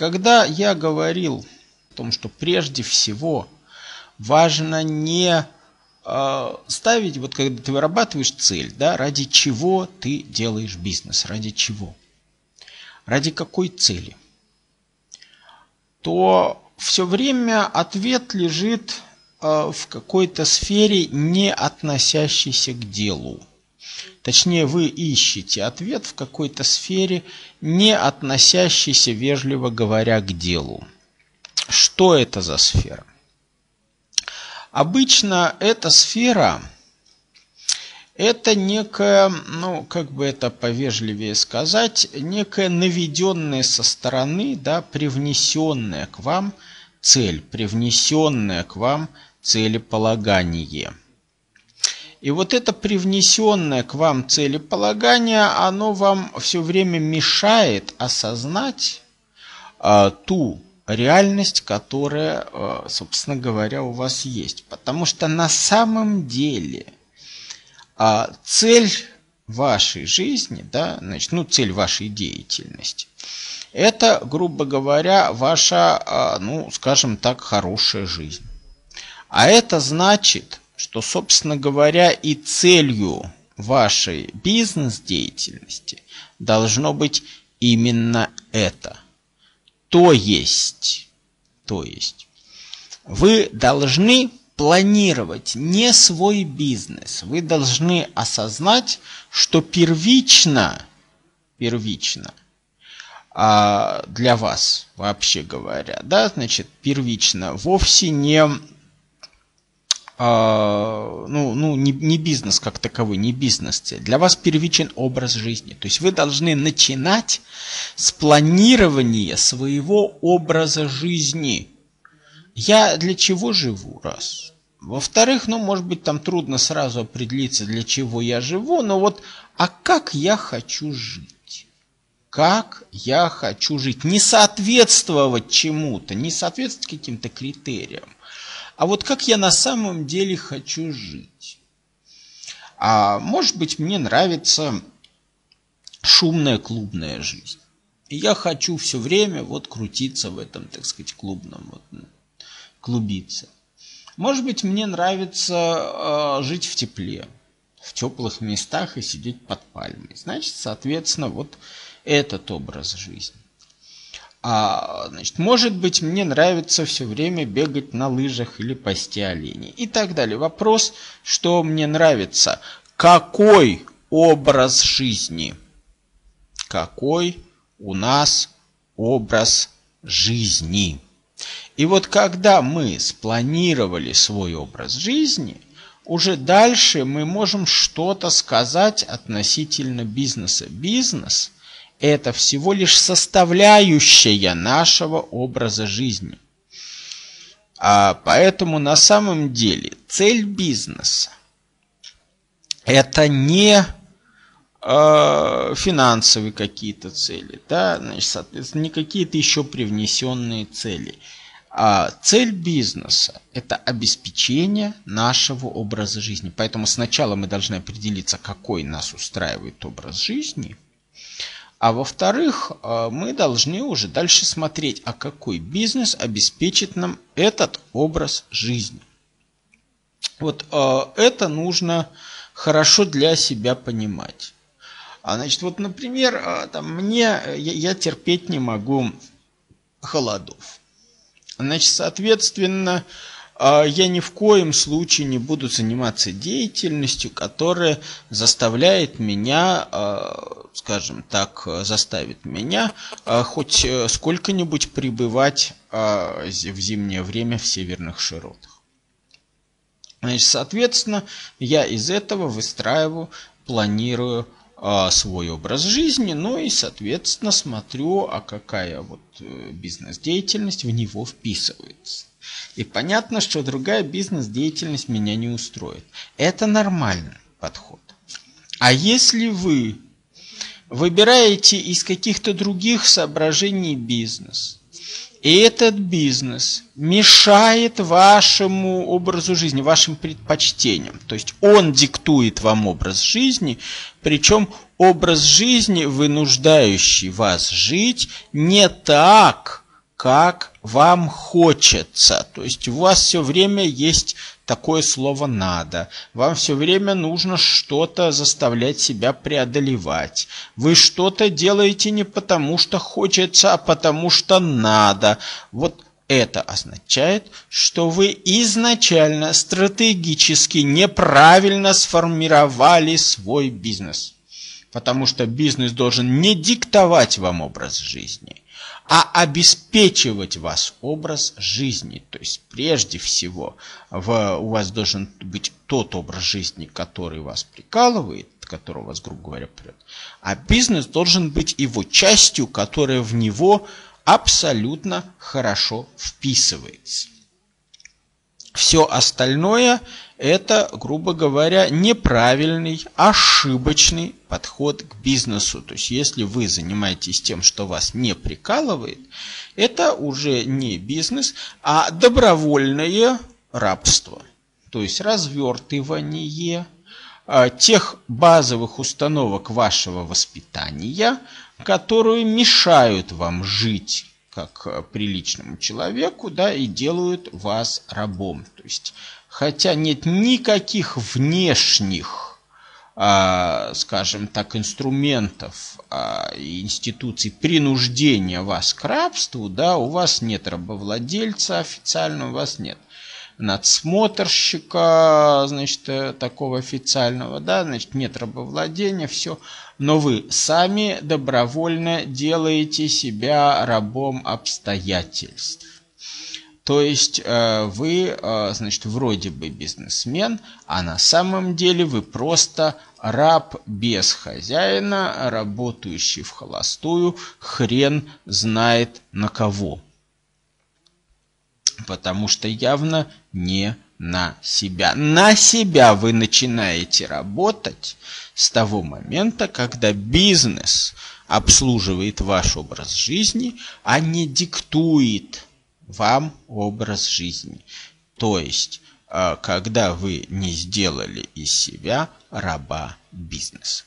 когда я говорил о том, что прежде всего важно не ставить, вот когда ты вырабатываешь цель, да, ради чего ты делаешь бизнес, ради чего, ради какой цели, то все время ответ лежит в какой-то сфере, не относящейся к делу. Точнее, вы ищете ответ в какой-то сфере, не относящейся, вежливо говоря, к делу. Что это за сфера? Обычно эта сфера – это некая, ну, как бы это повежливее сказать, некая наведенная со стороны, да, привнесенная к вам цель, привнесенная к вам целеполагание. И вот это привнесенное к вам целеполагание, оно вам все время мешает осознать ту реальность, которая, собственно говоря, у вас есть. Потому что на самом деле цель вашей жизни, да, значит, ну, цель вашей деятельности, это, грубо говоря, ваша, ну, скажем так, хорошая жизнь. А это значит, что, собственно говоря, и целью вашей бизнес-деятельности должно быть именно это. То есть, вы должны планировать не свой бизнес, вы должны осознать, что первично для вас, вообще говоря, да, значит, первично вовсе не не бизнес как таковой, не бизнес-цель. Для вас первичен образ жизни. То есть вы должны начинать с планирования своего образа жизни. Я для чего живу? Раз. Во-вторых, ну, может быть, там трудно сразу определиться, для чего я живу, но вот, а как я хочу жить? Как я хочу жить? Не соответствовать чему-то, не соответствовать каким-то критериям. А вот как я на самом деле хочу жить? Может быть, мне нравится шумная клубная жизнь. И я хочу все время вот крутиться в этом, так сказать, клубном, вот, клубиться. Может быть, мне нравится жить в тепле, в теплых местах и сидеть под пальмой. Значит, соответственно, вот этот образ жизни. Значит, может быть, мне нравится все время бегать на лыжах или пасти оленей и так далее. Вопрос, что мне нравится, какой образ жизни? Какой у нас образ жизни? И вот когда мы спланировали свой образ жизни, уже дальше мы можем что-то сказать относительно бизнеса. Бизнес – это всего лишь составляющая нашего образа жизни. Поэтому на самом деле цель бизнеса – это не финансовые какие-то цели, да, значит, соответственно, не какие-то еще привнесенные цели. Цель бизнеса – это обеспечение нашего образа жизни. Поэтому сначала мы должны определиться, какой нас устраивает образ жизни. А во-вторых, мы должны уже дальше смотреть, а какой бизнес обеспечит нам этот образ жизни. Вот это нужно хорошо для себя понимать. Значит, вот, например, я терпеть не могу холодов. Значит, соответственно, я ни в коем случае не буду заниматься деятельностью, которая заставляет меня, скажем так, заставит меня хоть сколько-нибудь пребывать в зимнее время в северных широтах. Значит, соответственно, я из этого выстраиваю, планирую свой образ жизни, ну и, соответственно, смотрю, какая вот бизнес-деятельность в него вписывается. И понятно, что другая бизнес-деятельность меня не устроит. Это нормальный подход. А если вы выбираете из каких-то других соображений бизнес, и этот бизнес мешает вашему образу жизни, вашим предпочтениям, то есть он диктует вам образ жизни, причем образ жизни, вынуждающий вас жить не так, как вам хочется. То есть у вас все время есть такое слово «надо». Вам все время нужно что-то заставлять себя преодолевать. Вы что-то делаете не потому, что хочется, а потому, что надо. Вот это означает, что вы изначально стратегически неправильно сформировали свой бизнес. Потому что бизнес должен не диктовать вам образ жизни, а обеспечивать вас образ жизни. То есть прежде всего у вас должен быть тот образ жизни, который вас прикалывает, который вас, грубо говоря, прет. А бизнес должен быть его частью, которая в него абсолютно хорошо вписывается. Все остальное – это, грубо говоря, неправильный, ошибочный подход к бизнесу. То есть, если вы занимаетесь тем, что вас не прикалывает, это уже не бизнес, а добровольное рабство. То есть, развертывание тех базовых установок вашего воспитания, которые мешают вам жить как приличному человеку, да, и делают вас рабом. То есть, хотя нет никаких внешних, скажем так, инструментов и институций принуждения вас к рабству, да, у вас нет рабовладельца официально, у вас нет надсмотрщика, значит, такого официального, да, значит, нет рабовладения, все. Но вы сами добровольно делаете себя рабом обстоятельств. То есть вы, значит, вроде бы бизнесмен, а на самом деле вы просто раб без хозяина, работающий в холостую, хрен знает на кого. Потому что явно не на себя. На себя вы начинаете работать с того момента, когда бизнес обслуживает ваш образ жизни, а не диктует вам образ жизни. То есть, когда вы не сделали из себя раба бизнеса.